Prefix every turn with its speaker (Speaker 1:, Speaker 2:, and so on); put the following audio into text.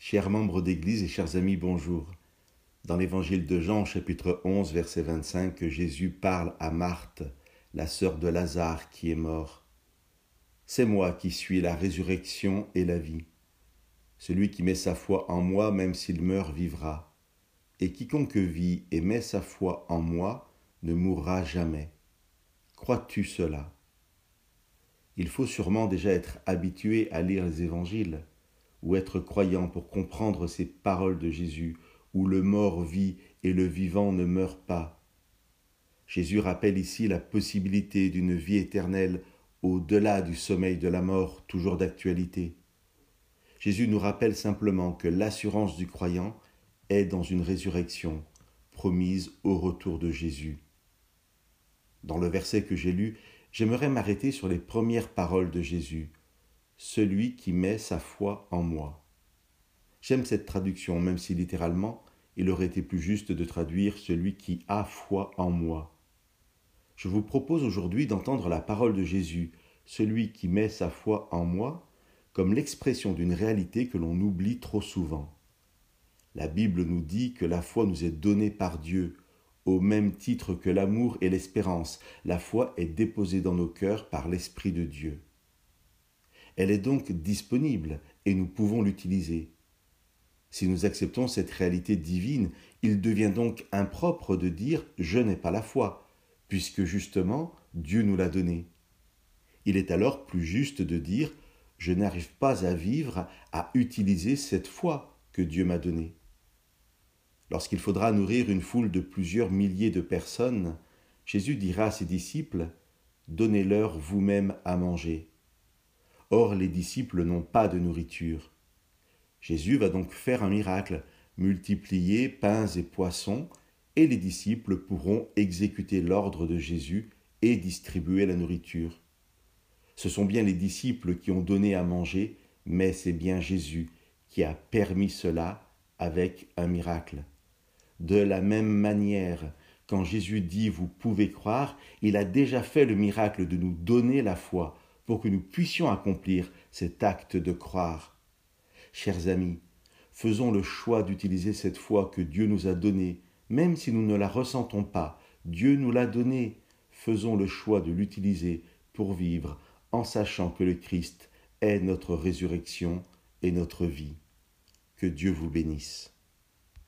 Speaker 1: Chers membres d'Église et chers amis, bonjour. Dans l'Évangile de Jean, chapitre 11, verset 25, Jésus parle à Marthe, la sœur de Lazare qui est mort. « C'est moi qui suis la résurrection et la vie. Celui qui met sa foi en moi, même s'il meurt, vivra. Et quiconque vit et met sa foi en moi ne mourra jamais. Crois-tu cela ?» Il faut sûrement déjà être habitué à lire les évangiles, ou être croyant pour comprendre ces paroles de Jésus, où le mort vit et le vivant ne meurt pas. Jésus rappelle ici la possibilité d'une vie éternelle au-delà du sommeil de la mort, toujours d'actualité. Jésus nous rappelle simplement que l'assurance du croyant est dans une résurrection, promise au retour de Jésus. Dans le verset que j'ai lu, j'aimerais m'arrêter sur les premières paroles de Jésus. « Celui qui met sa foi en moi ». J'aime cette traduction, même si littéralement, il aurait été plus juste de traduire « celui qui a foi en moi ». Je vous propose aujourd'hui d'entendre la parole de Jésus, « celui qui met sa foi en moi », comme l'expression d'une réalité que l'on oublie trop souvent. La Bible nous dit que la foi nous est donnée par Dieu, au même titre que l'amour et l'espérance. La foi est déposée dans nos cœurs par l'Esprit de Dieu. Elle est donc disponible et nous pouvons l'utiliser. Si nous acceptons cette réalité divine, il devient donc impropre de dire « je n'ai pas la foi », puisque justement Dieu nous l'a donnée. Il est alors plus juste de dire « je n'arrive pas à vivre, à utiliser cette foi que Dieu m'a donnée ». Lorsqu'il faudra nourrir une foule de plusieurs milliers de personnes, Jésus dira à ses disciples « donnez-leur vous-même à manger ». Or, les disciples n'ont pas de nourriture. Jésus va donc faire un miracle, multiplier pains et poissons, et les disciples pourront exécuter l'ordre de Jésus et distribuer la nourriture. Ce sont bien les disciples qui ont donné à manger, mais c'est bien Jésus qui a permis cela avec un miracle. De la même manière, quand Jésus dit « vous pouvez croire », il a déjà fait le miracle de nous donner la foi, pour que nous puissions accomplir cet acte de croire. Chers amis, faisons le choix d'utiliser cette foi que Dieu nous a donnée, même si nous ne la ressentons pas. Dieu nous l'a donnée. Faisons le choix de l'utiliser pour vivre en sachant que le Christ est notre résurrection et notre vie. Que Dieu vous bénisse.